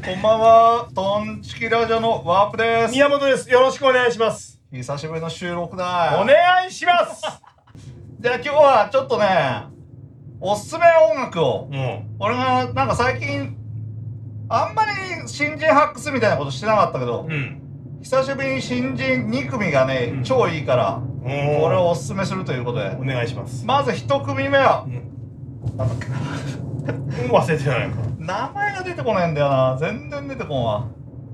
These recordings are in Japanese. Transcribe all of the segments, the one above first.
こんばんは、トンチキラジオのワープです。 宮本です。よろしくお願いします。 久しぶりの収録だ。 お願いします。 じゃあ今日はちょっとね、おすすめ音楽を、俺がなんか最近あんまり新人発掘みたいなことしてなかったけど、久しぶりに新人2組がね、超いいからこれをおすすめするということでお願いします。 まず1組目は、なんだっけな忘れてないか。 名前が出てこないんだよな。全然出てこんわ。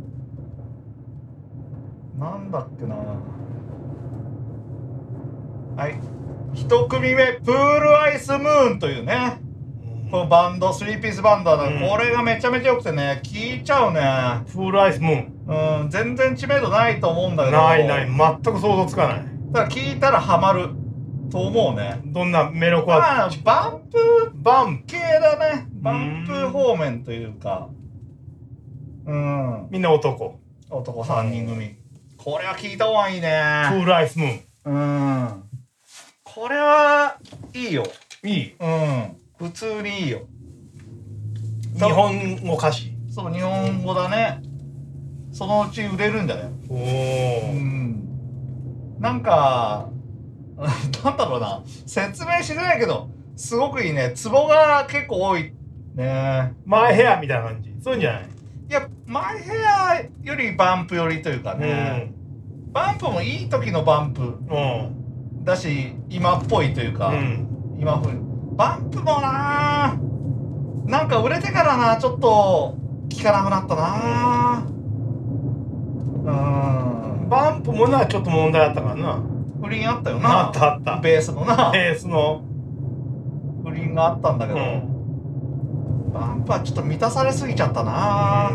なんだっけな。はい、1組目、プールアイスムーンというね、このバンド、3ピースバンドだ、これがめちゃめちゃ良くてね、聴いちゃうね。 プールアイスムーン、全然知名度ないと思うんだけど、 ない全く想像つかない。 ただ聴いたらハマると思うね。 どんなメロコはバンプ系だね。バンプ方面というか、 みんな男 3人組。これは聴いた方がいいね。 プールアイスムーン。これはいいよ。 いい。 普通にいいよ。 日本語歌詞。 そう、日本語だね。そのうち売れるんだよ。なんかなんだろうな、説明しづらいけどすごくいいね。ツボが結構多いね。 マイヘアみたいな感じ。そういうんじゃない？ いや、マイヘアよりバンプよりというかね、バンプもいい時のバンプだし、今っぽいというか、今風バンプもなんか売れてからな、ちょっと聞かなくなったな。 バンプもちょっと問題あったからな。 不倫あったよな。 あった。 ベースの不倫があったんだけど、バンプはちょっと満たされすぎちゃったな。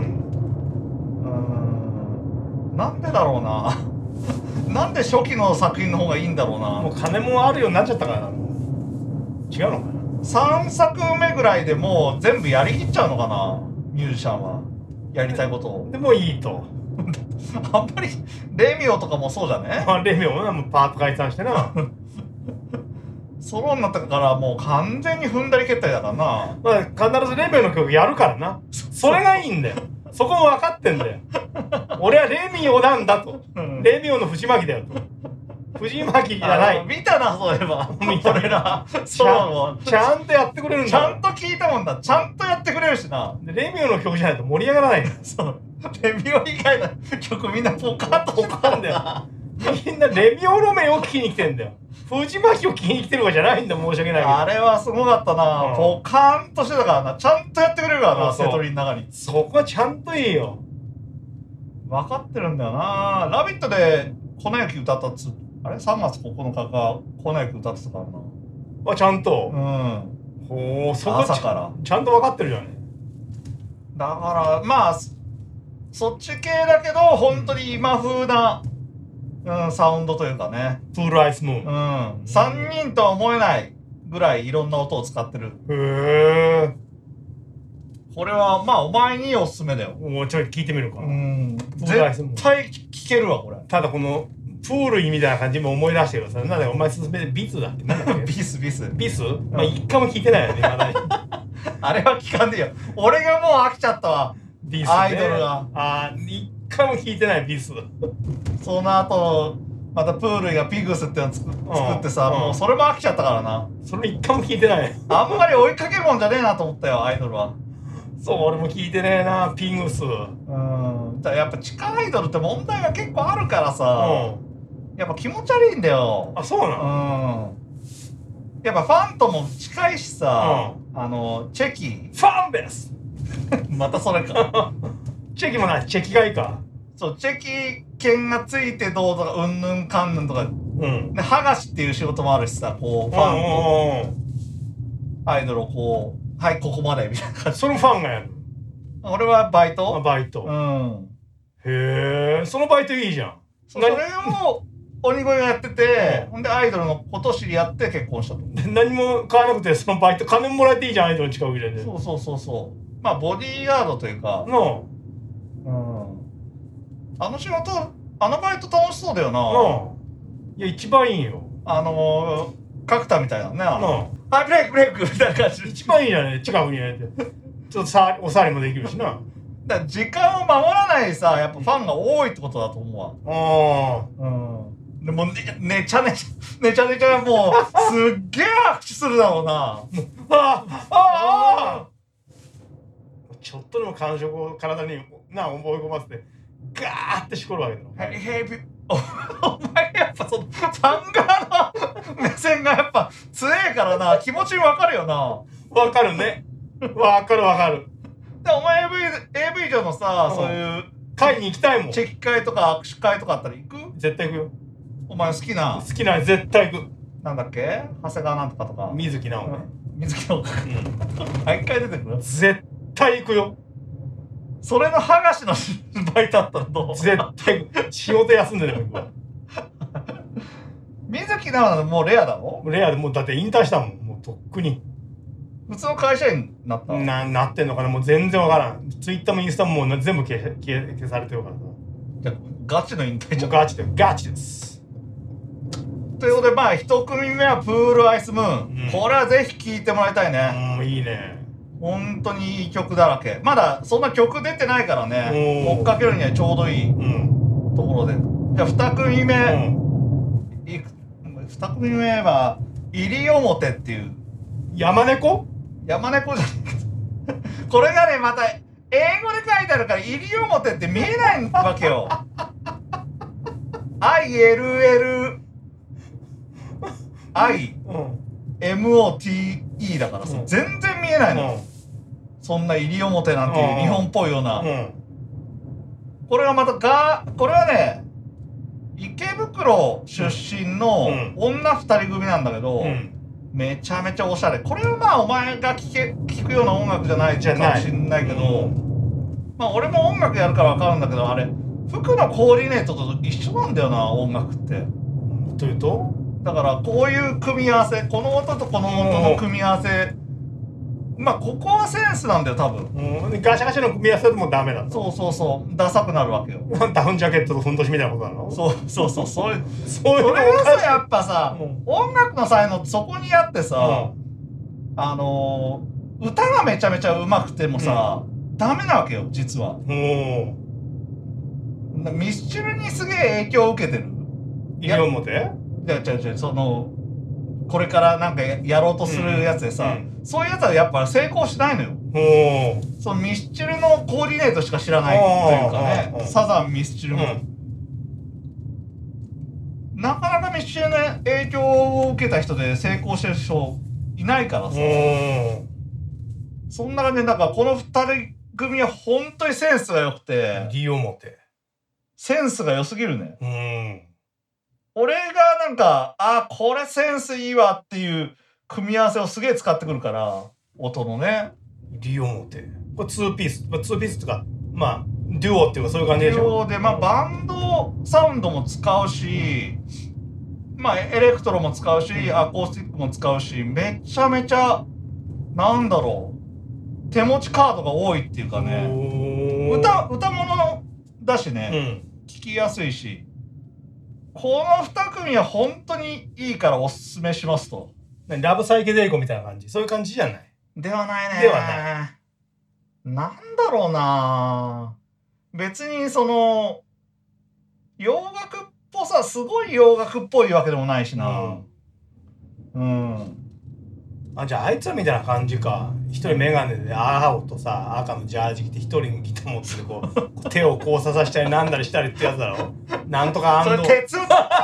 なんでだろうな。なんで初期の作品の方がいいんだろうな。 もう金もあるようになっちゃったからな。違うのかな。 3作目ぐらいでもう全部やりきっちゃうのかな、ミュージシャンは。やりたいことを。 でもいいと。 あんまりレミオとかもそうじゃね。 レミオももうパート解散してな。 ソロになったからもう完全に踏んだり蹴ったりだからな。 必ずレミオの曲やるからな。それがいいんだよ。そこも分かってんだよ。俺はレミオなんだと。レミオの藤巻だよと。藤巻じゃない。 見たな、そういえば。 見た。 俺らソロもちゃんとやってくれるんだ。 ちゃんと聞いたもんだ。ちゃんとやってくれるしな。 レミオの曲じゃないと盛り上がらない。 そう。レミオ以外の曲みんなポカンとしてたんだよ。 みんなレミオロメオを聴きに来てんだよ。藤巻を聴きに来てるわけじゃないんだ。申し訳ないけど。 あれはすごかったな。ポカンとしてたからな。ちゃんとやってくれるからな、セトリの中に。 そこはちゃんといいよ。 分かってるんだよな。ラビットで粉雪歌ったっつ、あれ3月9日か粉雪歌ってたからな。 ちゃんと。そこ朝からちゃんと分かってるじゃん。 だからまあそっち系だけど本当に今風な、サウンドというかね。 プールアイスムーン。 3人とは思えないぐらいいろんな音を使ってる。 へえ。 これはまあお前におすすめだよ。 もうちょい聞いてみるか。 絶対聞けるわこれ。 ただこのプールみたいな感じも思い出してるさ。なんだお前勧めでビスだっけ？なんだっけ？ビス？一回も聞いてないよね。 あれは聞かんでいいよ。俺がもう飽きちゃったわ。ビスアイドルが。 一回も聞いてないビス。 その後またプールがピグスっての作ってさ、もうそれも飽きちゃったからな。 それ一回も聞いてない。 あんまり追いかけるもんじゃねえなと思ったよ、アイドルは。 そう、俺も聞いてねえな、ピグス。 やっぱ地下アイドルって問題が結構あるからさ、やっぱ気持ち悪いんだよ。 そうなの？ やっぱファンとも近いしさ、チェキファンですまたそれか。 チェキもない、チェキがいいか。 そう、チェキ券がついてどうとかうんぬんかんぬんとか、で剥がしっていう仕事もあるしさ、こうファンとアイドルをこう、はいここまでみたいな感じ。 そのファンがやる。 俺はバイト。 へえ、そのバイトいいじゃん。 それを鬼越がやってて、ほんでアイドルのこと知り合って結婚したと。 何も買わなくてそのバイト金もらえていいじゃん、アイドルの近くで。 そう。まあボディーガードというか。あの仕事、あのバイト楽しそうだよな。 いや一番いいよ。 角田みたいなね。はい、ブレイクみたいな感じ。 一番いいじゃね、近くにやれて。ちょっとおさわりもできるしな。 だから時間を守らないさ、やっぱファンが多いってことだと思うわ。でもねちゃねちゃもうすっげえ拍手するだろうな。 ちょっとでも感触を体にな思い込ませてガーってしこるわけだろ。 お前やっぱそのファン側の目線がやっぱ強えからな、気持ちわかるよな。 わかるね。わかる。 でお前 AV 上のさ、そういう会に行きたいもん。 チェキ会とか握手会とかあったら行く？ 絶対行くよ。 お前好きな絶対行く。 なんだっけ、長谷川なんとかとか水木直央ね。 水木直央あ、一回出てくる？ 絶対行くよ。 それの剥がしのバイトあったらどう？ 絶対仕事休んででも行くわ。 水木直央もうレアだろ？ レアでもうだって引退したもん。もうとっくに普通の会社員になった？ なってんのかな、もう全然わからん。ツイッターもインスタももう全部消されてるからさ。 じゃあガチの引退じゃん。 ガチです。 ということで、まあ一組目はプールアイスムーン、これはぜひ聴いてもらいたいね。 いいね。 本当にいい曲だらけ。まだそんな曲出てないからね、追っかけるにはちょうどいいところで。じゃあ2組目、2組目は西表っていう。 山猫じゃないけどこれがね、また英語で書いてあるから西表って見えないわけよ。ILLIMOTE だからさ、全然見えないの。そんな西表なんていう日本っぽいような。これはまたこれはね、池袋出身の女2人組なんだけど、めちゃめちゃおしゃれ。これはまあお前が聴くような音楽じゃないかもしんないけど、まあ俺も音楽やるから分かるんだけど、あれ服のコーディネートと一緒なんだよな、音楽って。 というと、 だからこういう組み合わせ、この音とこの音の組み合わせ、まあここはセンスなんだよ多分。 ガシャガシャの組み合わせでもダメだ。 そうダサくなるわけよ。 ダウンジャケットとふんどしみたいなことなの？ そういうそれがさ、やっぱさ、音楽の才能ってそこにあってさ、歌がめちゃめちゃ上手くてもさ、ダメなわけよ実は。ミスチルにすげえ影響を受けてる。 西表？ 違う、そのこれからなんかやろうとするやつでさ、そういうやつはやっぱ成功しないのよ。そのミスチルのコーディネートしか知らないというかね、サザンミスチルも、なかなかミスチルの影響を受けた人で成功してる人いないからさ。そんな感じで、だからこの2人組は本当にセンスが良くて、 西表センスが良すぎるね。俺がなんか、これセンスいいわっていう組み合わせをすげえ使ってくるから、音のね。 西表。これ2ピース。2ピースっていうか、まあ、デュオっていうかそういう感じでしょ。 デュオで、まあバンドサウンドも使うし、まあエレクトロも使うし、アコースティックも使うし、めちゃめちゃ、なんだろう、手持ちカードが多いっていうかね。歌物だしね、聴きやすいし。この2組は本当にいいからおすすめしますと。 ラブサイケデリコみたいな感じ、そういう感じじゃない？ ではないね。 ではない。 なんだろうな、別にその洋楽っぽさ、すごい洋楽っぽいわけでもないしな。 じゃああいつらみたいな感じか。一人メガネで青とさ赤のジャージ着て一人ギター持ってこう手を交差させたりなんだりしたりってやつだろ。なんとかそれ鉄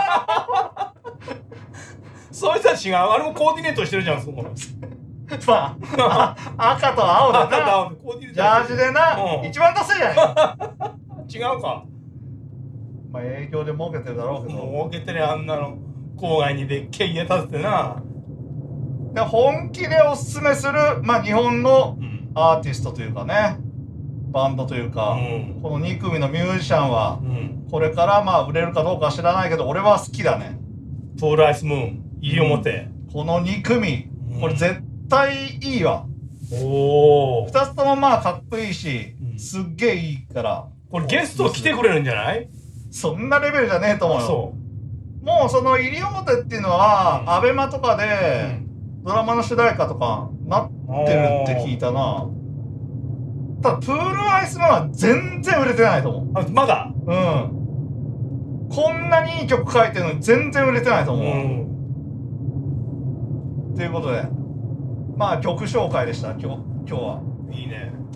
そういう人は違う。あれもコーディネートしてるじゃん、そこの。 まあ赤と青でな、ジャージでな、一番ダセいじゃない違うか。 まあ営業で儲けてるだろうけど。 儲けてる、あんなの郊外にでっけえ家建ててな。 で本気でおすすめする、まあ日本のアーティストというかね、バンドというか、この2組のミュージシャンは、これからまあ売れるかどうかは知らないけど、俺は好きだね。 プールアイスムーン、西表。 この2組、これ絶対いいわ。 2 つともまあかっこいいし、すっげえいいから。 これゲスト来てくれるんじゃない？ そんなレベルじゃねえと思うよ。もうその西表っていうのは、アベマとかで、ドラマの主題歌とかなってるって聞いたな。 ただプールアイスマンは全然売れてないと思う。 あ、まだ。 うん。こんなにいい曲書いてるのに全然売れてないと思う。ということで、まあ曲紹介でした今日は。 いいね。